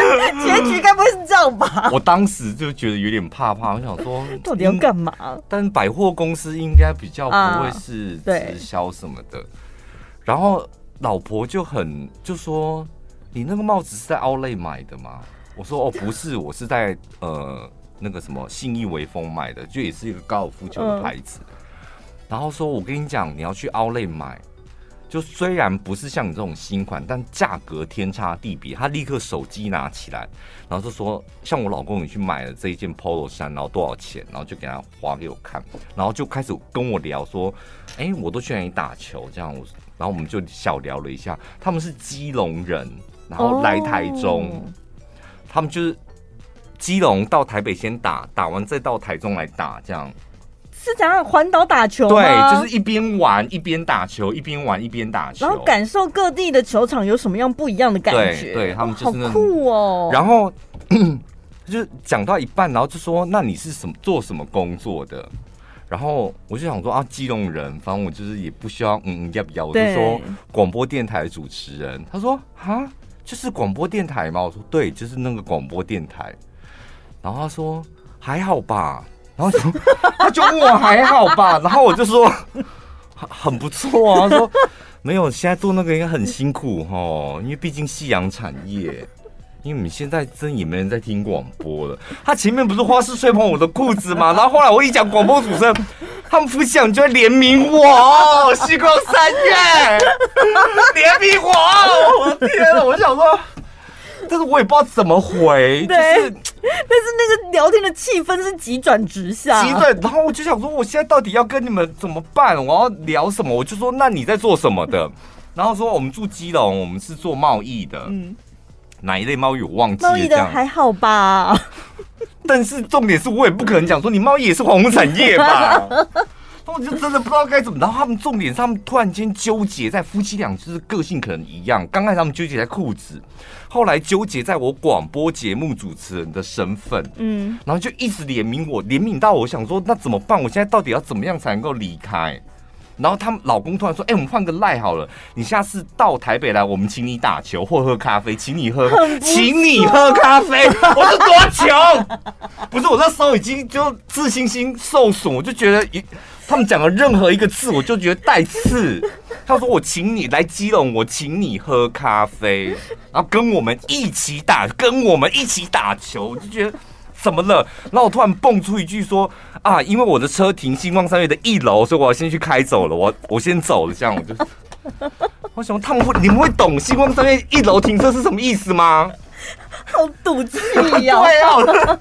结局该不会是这样吧？ 我当时就觉得有点怕，我想说到底要干嘛？ 但百货公司应该比较不会是直销什么的。然后老婆就说：“你那个帽子是在 Outlet 买的吗？”我说：“哦，不是，我是在那个什么信义微风买的，就也是一个高尔夫球的牌子。然后说：“我跟你讲，你要去 Outlet 买。”就虽然不是像你这种新款，但价格天差地别。他立刻手机拿起来，然后就说：“像我老公，你去买了这一件 Polo 衫，然后多少钱？”然后就给他划给我看，然后就开始跟我聊说：“我都去哪里打球？”这样然后我们就小聊了一下。他们是基隆人，然后来台中，他们就是基隆到台北先打完再到台中来打，这样。 是怎样环岛打球吗？ 对，就是一边玩一边打球，一边玩一边打球， 然后感受各地的球场有什么样不一样的感觉。 对，他们就是好酷哦。 然后就讲到一半，然后就说：“那你是做什么工作的？”然后我就想说：“基隆人，反正我就是也不需要要不要？”我就说：“广播电台主持人。”他说：“啊，就是广播电台吗？”我说：“对，就是那个广播电台。”然后他说：“还好吧。”然后他就问我还好吧，然后我就说很不错啊。他说没有，现在做那个应该很辛苦哦，因为毕竟夕阳产业，因为你们现在真也没人在听广播了。他前面不是花式吹捧我的裤子吗？然后后来我一讲广播主持人，他们夫妻俩就会怜悯我，星光三月怜悯我，我的天啊！我想说。但是我也不知道怎么回，就是，但是那个聊天的气氛是急转直下， 然后我就想说，我现在到底要跟你们怎么办？我要聊什么？我就说，那你在做什么的？然后说我们住基隆，我们是做贸易的，哪一类贸易我忘记了， 贸易的还好吧？ 但是重点是我也不可能讲说你贸易也是黄金产业吧。我就真的不知道该怎么，然后他们重点是他们突然间纠结在夫妻俩就是个性可能一样，刚开始他们纠结在裤子，后来纠结在我广播节目主持人的身份，然后就一直怜悯我，怜悯到我想说那怎么办？我现在到底要怎么样才能够离开？然后他们老公突然说：“我们换个赖好了，你下次到台北来，我们请你打球或喝咖啡，请你喝咖啡。”我是多穷，不是我那时候已经就自信心受损，我就觉得他们讲的任何一个字，我就觉得带刺。他说：“我请你来基隆，我请你喝咖啡，然后跟我们一起打球。”我就觉得。怎么了？然后我突然蹦出一句说：“因为我的车停星光三月的1楼，所以我要先去开走了。我先走了。”这样我想你们会懂星光三月1楼停车是什么意思吗？ 好赌气呀！ 对啊，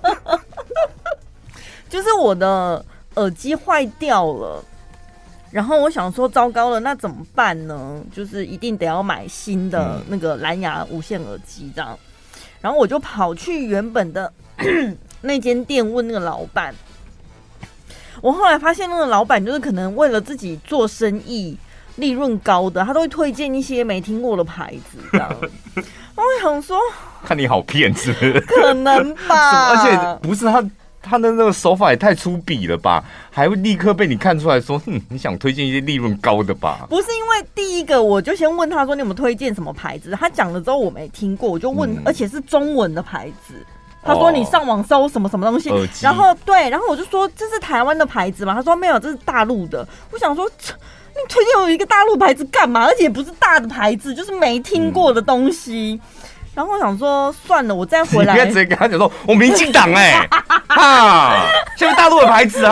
就是我的耳机坏掉了，然后我想说糟糕了，那怎么办呢？就是一定得要买新的那个蓝牙无线耳机这样。然后我就跑去原本的那间店问那个老板，我后来发现那个老板就是可能为了自己做生意利润高的，他都会推荐一些没听过的牌子这样。然后我想说， 看你好骗是不是？ 可能吧， 而且不是他的那个手法也太粗鄙了吧，还会立刻被你看出来说，你想推荐一些利润高的吧？ 不是，因为第一个我就先问他说你有没有推荐什么牌子，他讲了之后我没听过，我就问，而且是中文的牌子。他说你上网搜什么什么东西，然后我就说这是台湾的牌子吗？他说没有，这是大陆的。我想说你推荐我一个大陆牌子干嘛？而且不是大的牌子，就是没听过的东西。然后我想说算了，我再回来。 你直接跟他讲说我民进党现在大陆的牌子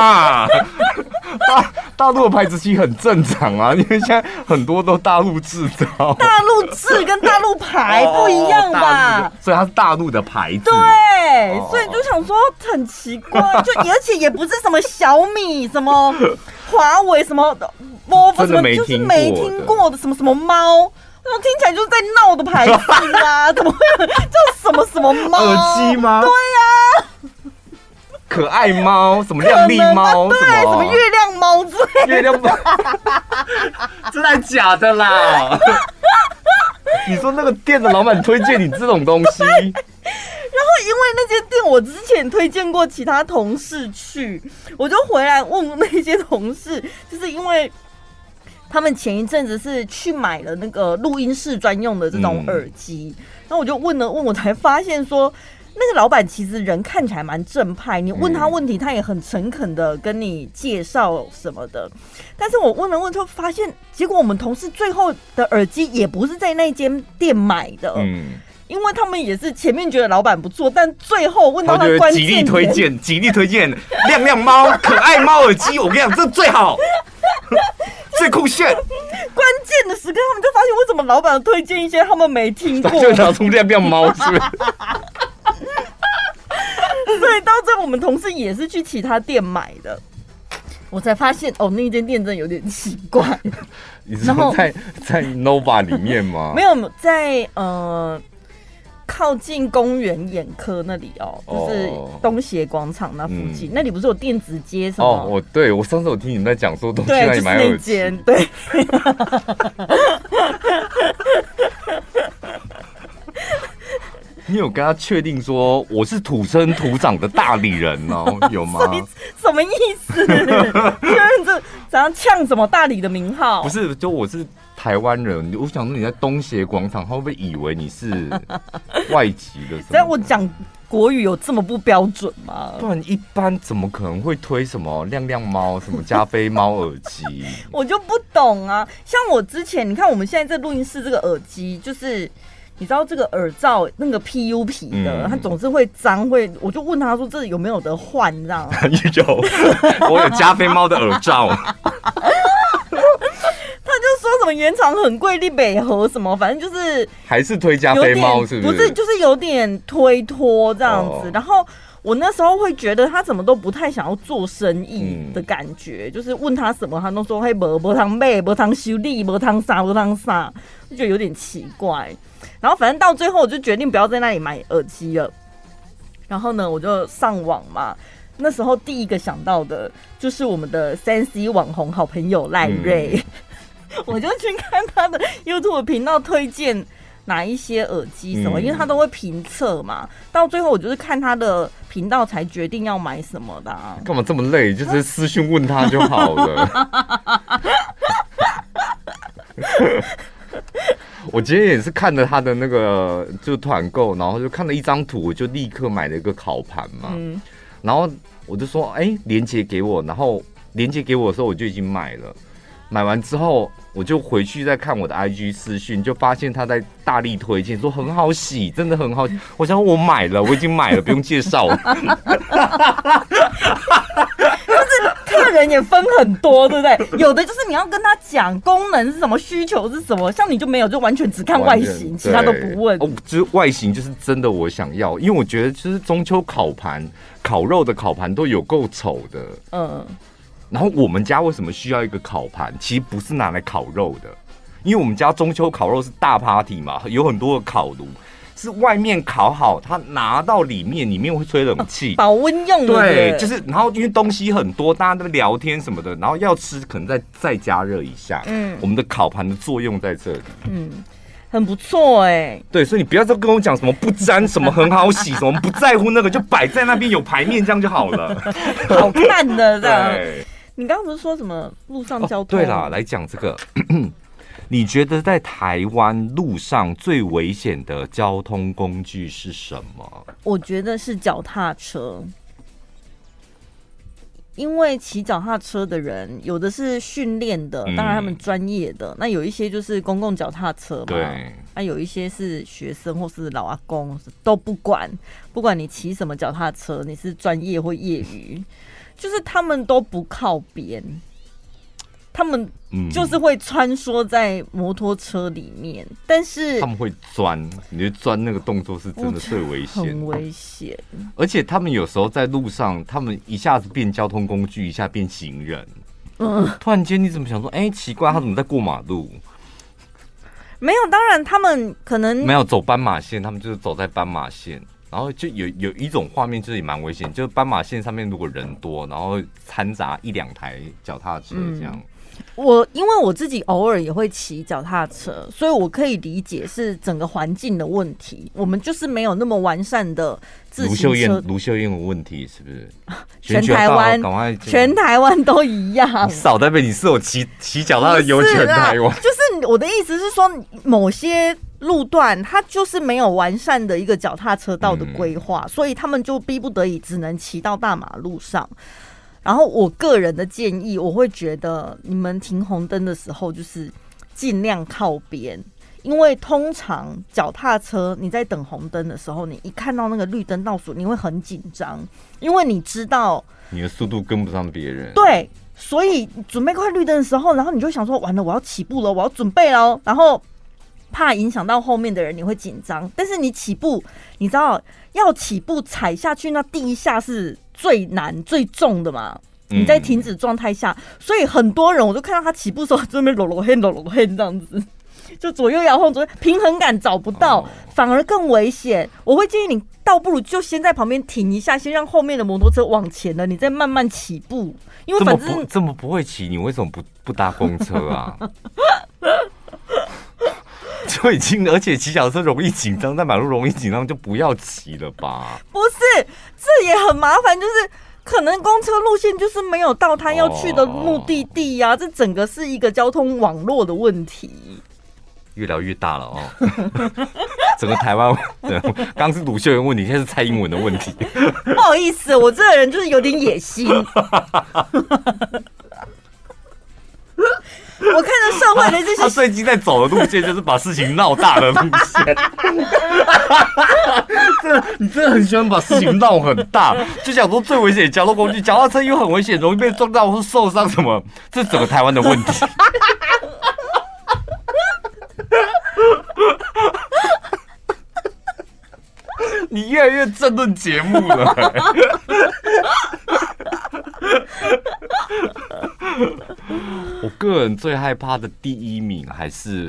大陆的牌子其实很正常啊，因为现在很多都大陆制造。 大陆制跟大陆牌不一样吧？ 所以它是大陆的牌子。 对，所以就想说很奇怪，而且也不是什么小米、什么华为、什么 vivo 什么，就是没听过的什么什么猫。那听起来就是在闹的牌子啊，怎么会有叫什么什么猫？ 耳机吗？ 对呀， 可爱猫，什么亮丽猫， 对，什么月亮猫之类的。 月亮猫，真的假的啦？你说那个店的老板推荐你这种东西？然后因为那间店我之前推荐过其他同事去，我就回来问那些同事，就是因为他们前一阵子是去买了那个录音室专用的这种耳机，然后我就问我才发现说，那个老板其实人看起来蛮正派，你问他问题，他也很诚恳的跟你介绍什么的。但是我问了问，就发现，结果我们同事最后的耳机也不是在那间店买的，因为他们也是前面觉得老板不错，但最后问到他关键极力推荐亮亮猫可爱猫耳机，我跟你讲，这最好。最酷炫！ 关键的时刻，他们就发现为什么老板推荐一些他们没听过， 就拿出亮亮猫，是不是？ 所以到最后，我们同事也是去其他店买的。我才发现哦，那间店真的有点奇怪。 你是说在 Nova 里面吗？ 没有，在靠近公园眼科那里哦，就是东协广场那附近，那里不是有电子街什么？ 哦，我上次有听你们在讲说东西那里买耳机， 对。 你有跟他确定说我是土生土长的大理人哦？有吗？ 什么意思？这怎样呛什么大理的名号？ 不是，就我是台湾人，我想说你在东协广场，他会不会以为你是外籍的？ 但我讲国语有这么不标准吗？ 不然一般怎么可能会推什么亮亮猫、什么加菲猫耳机？ 我就不懂啊。像我之前，你看我们现在在录音室这个耳机，就是你知道这个耳罩那个 PU 皮的，它总是会脏，我就问他说这有没有得换，这样？ 有，我有加菲猫的耳罩。 他就说什么原厂很贵，立北河什么，反正就是还是推加菲猫，是不是？ 不是，就是有点推脱这样子。然后我那时候会觉得他怎么都不太想要做生意的感觉，就是问他什么，他都说嘿没汤卖，没汤修理，没汤啥，就觉得有点奇怪。然后反正到最后，我就决定不要在那里买耳机了。然后呢，我就上网嘛。那时候第一个想到的就是我们的3C 网红好朋友赖瑞。我就去看他的 YouTube 频道推荐哪一些耳机什么，因为他都会评测嘛。到最后我就是看他的频道才决定要买什么的啊。 干嘛这么累？就直接私讯问他就好了。我今天也是看了他的那个就团购，然后就看了一张图，我就立刻买了一个烤盘嘛。然后我就说，连结给我，然后连结给我的时候我就已经买了。买完之后，我就回去再看我的 IG 私讯，就发现他在大力推荐，说很好洗，真的很好洗。我想我买了，我已经买了，不用介绍了。 就是客人也分很多，对不对？有的就是你要跟他讲功能是什么，需求是什么，像你就没有，就完全只看外形，其他都不问。 就是外形就是真的我想要，因为我觉得就是中秋烤肉的烤盘都有够丑的。然后我们家为什么需要一个烤盘？其实不是拿来烤肉的，因为我们家中秋烤肉是大 party 嘛，有很多的烤炉，是外面烤好，它拿到里面会吹冷气， 保温用的。 对，就是然后因为东西很多，大家都聊天什么的，然后要吃可能再加热一下。我们的烤盘的作用在这里。 很不错对，所以你不要再跟我讲什么不沾，什么很好洗，什么不在乎那个，就摆在那边有排面这样就好了， 好看的这样。你刚刚不是说什么路上交通？ 对啦，来讲这个，你觉得在台湾路上最危险的交通工具是什么？ 我觉得是脚踏车。因为骑脚踏车的人，有的是训练的，当然他们专业的，那有一些就是公共脚踏车嘛， 对， 那有一些是学生或是老阿公，都不管你骑什么脚踏车，你是专业或业余，就是他们都不靠边，他们就是会穿梭在摩托车里面，但是他们会钻，你觉得钻那个动作是真的最危险， 很危险。 而且他们有时候在路上，他们一下子变交通工具，一下变行人。突然间你怎么想说，奇怪，他怎么在过马路？ 没有，当然他们可能没有走斑马线，他们就是走在斑马线。然后就有一种画面，就是也蛮危险，就是斑马线上面如果人多，然后掺杂1-2台脚踏车这样。 因为我自己偶尔也会骑脚踏车，所以我可以理解是整个环境的问题。我们就是没有那么完善的自行车。 卢秀燕的问题是不是？ 全台湾都一样。 你少在被你是有骑脚踏的有全台湾。 就是我的意思是说，某些路段它就是没有完善的一个脚踏车道的规划，所以他们就逼不得已只能骑到大马路上。然后我个人的建议，我会觉得你们停红灯的时候，就是尽量靠边，因为通常脚踏车你在等红灯的时候，你一看到那个绿灯倒数，你会很紧张，因为你知道你的速度跟不上别人。 对，所以准备快绿灯的时候，然后你就想说，完了，我要起步了，我要准备了，然后怕影响到后面的人，你会紧张。但是你起步，你知道要起步踩下去，那第一下是最难最重的嘛，你在停止状态下，所以很多人我就看到他起步的时候这边搂嘿这样子，就左右摇晃，平衡感找不到，反而更危险。我会建议你倒不如就先在旁边停一下，先让后面的摩托车往前了，你再慢慢起步。因为反正这么不会骑，你为什么不搭公车啊？就已经，而且骑脚车容易紧张，在马路容易紧张，就不要骑了吧？ 不是，这也很麻烦，就是可能公车路线就是没有到他要去的目的地呀、这整个是一个交通网络的问题。 越聊越大了哦，整个台湾，刚是鲁秀元问题，现在是蔡英文的问题。 不好意思，我这个人就是有点野心。我看着社会的这些， 他最近在走的路线就是把事情闹大的路线。你真的很喜欢把事情闹很大，就想说最危险的交通工具，脚踏车又很危险，容易被撞到或受伤什么，这是整个台湾的问题。你越来越政论节目了、我个人最害怕的第一名还是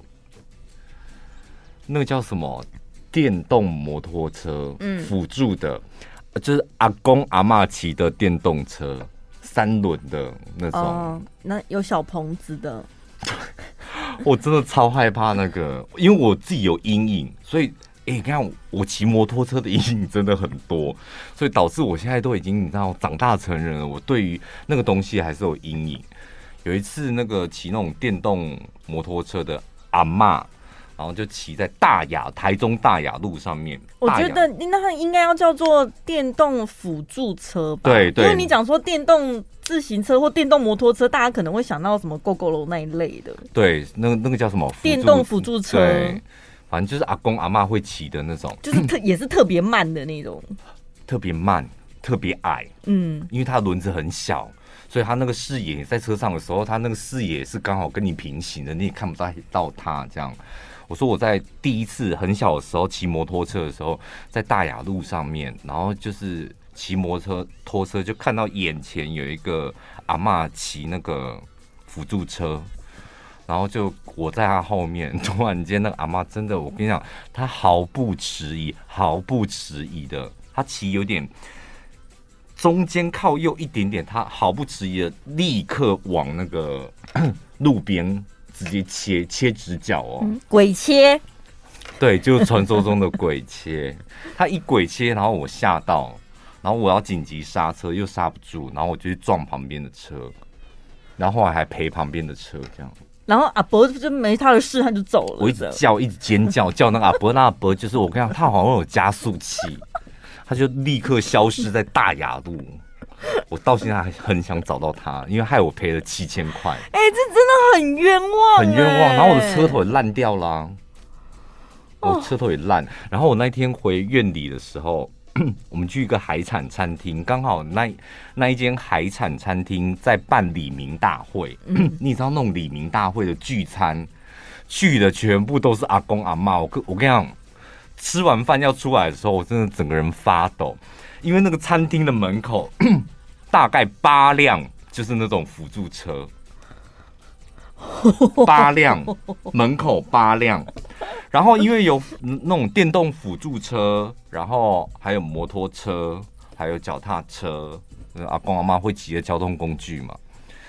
那个叫什么电动摩托车，辅助的，就是阿公阿嬷骑的电动车，3轮的那种， 那有小棚子的。 我真的超害怕那个，因为我自己有阴影，所以你看我骑摩托车的阴影真的很多，所以导致我现在都已经你知道长大成人了，我对于那个东西还是有阴影。有一次那个骑那种电动摩托车的阿嬷，然后就骑在台中大雅路上面。 我觉得那应该要叫做电动辅助车吧？ 对， 因为你讲说电动自行车或电动摩托车，大家可能会想到什么 GoGo 那一类的。 对，那个叫什么？ 电动辅助车。 对，反正就是阿公阿嬷会骑的那种， 就是也是特别慢的那种， 特别慢，特别矮。因为它轮子很小。所以他那个视野，你在车上的时候，他那个视野是刚好跟你平行的，你也看不到他这样。我说我在第一次很小的时候骑摩托车的时候，在大雅路上面，然后就是骑摩托车就看到眼前有一个阿嬷骑那个辅助车，然后就我在他后面，突然间那个阿嬷真的，我跟你讲，她毫不迟疑的，她骑有点。中间靠右一点点，他毫不迟疑的立刻往那个路边直接切直角哦， 鬼切， 对，就是传说中的鬼切。他一鬼切，然后我吓到，然后我要紧急刹车又刹不住，然后我就去撞旁边的车，然后后来还赔旁边的车这样。 然后阿伯就没他的事，他就走了。 我一直叫，一直尖叫，叫那个阿伯，那阿伯就是我跟你讲，他好像有加速器。他就立刻消失在大雅路，我到现在还很想找到他，因为害我赔了7000块。 这真的很冤枉， 很冤枉。然后我的车头也烂掉啦，我车头也烂。然后我那天回院里的时候，我们去一个海产餐厅，刚好那一间海产餐厅在办李明大会。你知道那种李明大会的聚餐，去的全部都是阿公阿嬷。我跟你讲。吃完饭要出来的时候，我真的整个人发抖，因为那个餐厅的门口大概8辆就是那种辅助车，8辆门口8辆，然后因为有那种电动辅助车，然后还有摩托车，还有脚踏车，阿公阿嬷会骑的交通工具嘛。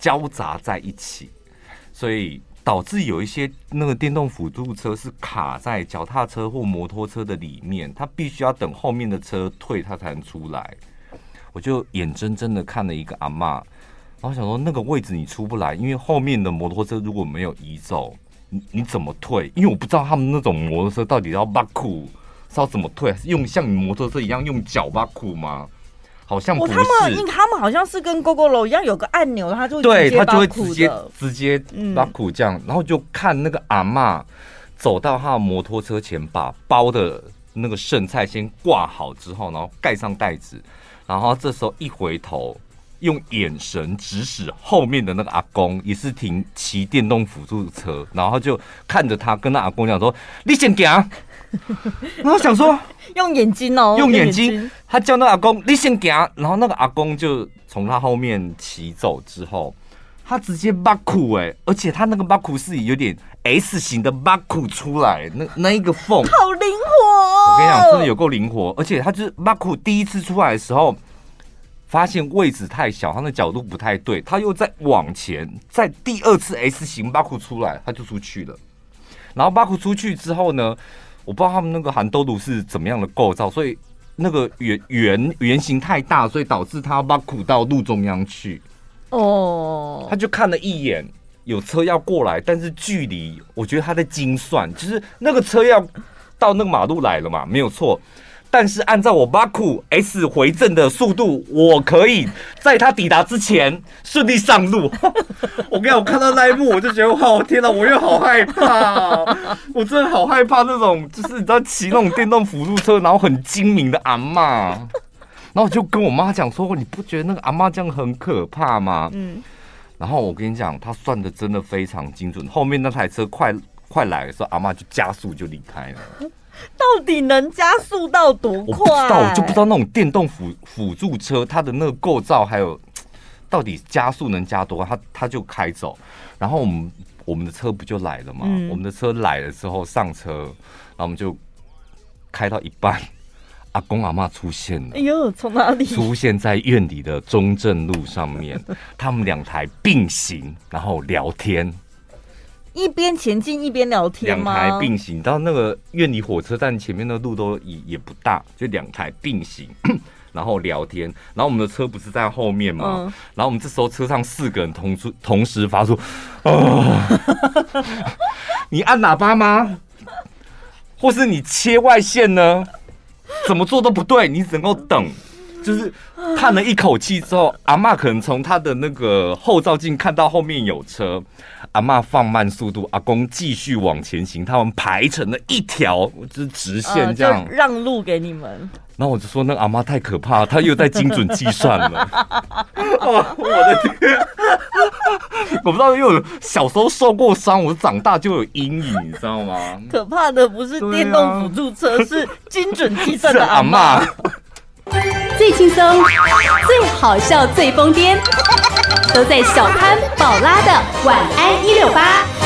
交杂在一起，所以导致有一些那个电动辅助车是卡在脚踏车或摩托车的里面，它必须要等后面的车退，它才能出来。我就眼睁睁的看了一个阿嬷，然后想说那个位置你出不来，因为后面的摩托车如果没有移走，你怎么退？因为我不知道他们那种摩托车到底要挖苦是要怎么退，还是用像你摩托车一样用脚挖苦吗？好像不是， 他们好像是跟 GoGoRo 一样有个按钮，它就对，它就会直接挖苦这样，然后就看那个阿嬷走到他的摩托车前，把包的那个剩菜先挂好之后，然后盖上袋子，然后这时候一回头，用眼神指使后面的那个阿公，也是骑电动辅助车，然后就看着他跟那阿公讲说：“你先行。”然后想说用眼睛哦， 用眼睛，他叫那个阿公你先行，然后那个阿公就从他后面骑走之后，他直接挖苦而且他那个挖苦是有点 S 型的挖苦出来，那一个缝好灵活我跟你讲，真的有够灵活，而且他就是挖苦第一次出来的时候，发现位置太小，他的角度不太对，他又再往前，在第二次 S 型挖苦出来，他就出去了。然后挖苦出去之后呢？我不知道他们那个含兜炉是怎么样的构造，所以那个圆形太大，所以导致他挖苦到路中央去。哦，他就看了一眼，有车要过来，但是距离我觉得他在精算，就是那个车要到那个马路来了嘛，没有错。但是按照我挖苦 S 回正的速度，我可以在他抵达之前顺利上路。我跟你讲，我看到那一幕，我就觉得哇，天哪，我又好害怕，我真的好害怕那种，就是你知道骑那种电动辅助车，然后很精明的阿嬷。然后我就跟我妈讲说，你不觉得那个阿嬷这样很可怕吗？然后我跟你讲，她算的真的非常精准，后面那台车快来的时候，阿嬷就加速就离开了。 到底能加速到多快？ 我就不知道那种电动辅助车它的那个构造，还有到底加速能加多，它就开走。然后我们的车不就来了吗？我们的车来了之后上车，然后我们就开到一半，阿公阿嬷出现了。 哎呦，从哪里？ 出现在院里的中正路上面，他们两台并行，然后聊天。 一边前进一边聊天吗？ 两台并行到那个院里火车站前面的路都也不大，就两台并行，然后聊天。然后我们的车不是在后面吗？然后我们这时候车上4个人同时发出你按喇叭吗？或是你切外线呢？怎么做都不对，你只能够等。就是叹了一口气之后，阿嬷可能从她的那个后照镜看到后面有车，阿嬷放慢速度，阿公继续往前行，他们排成了一条就是直线这样， 就让路给你们。 然后我就说那个阿嬷太可怕了，她又在精准计算了。哦，我的天！我不知道，因为我小时候受过伤，我长大就有阴影，你知道吗？ 可怕的不是电动辅助车，是精准计算的阿嬷。 最轻松、最好笑、最疯癫，都在小潘宝拉的晚安168。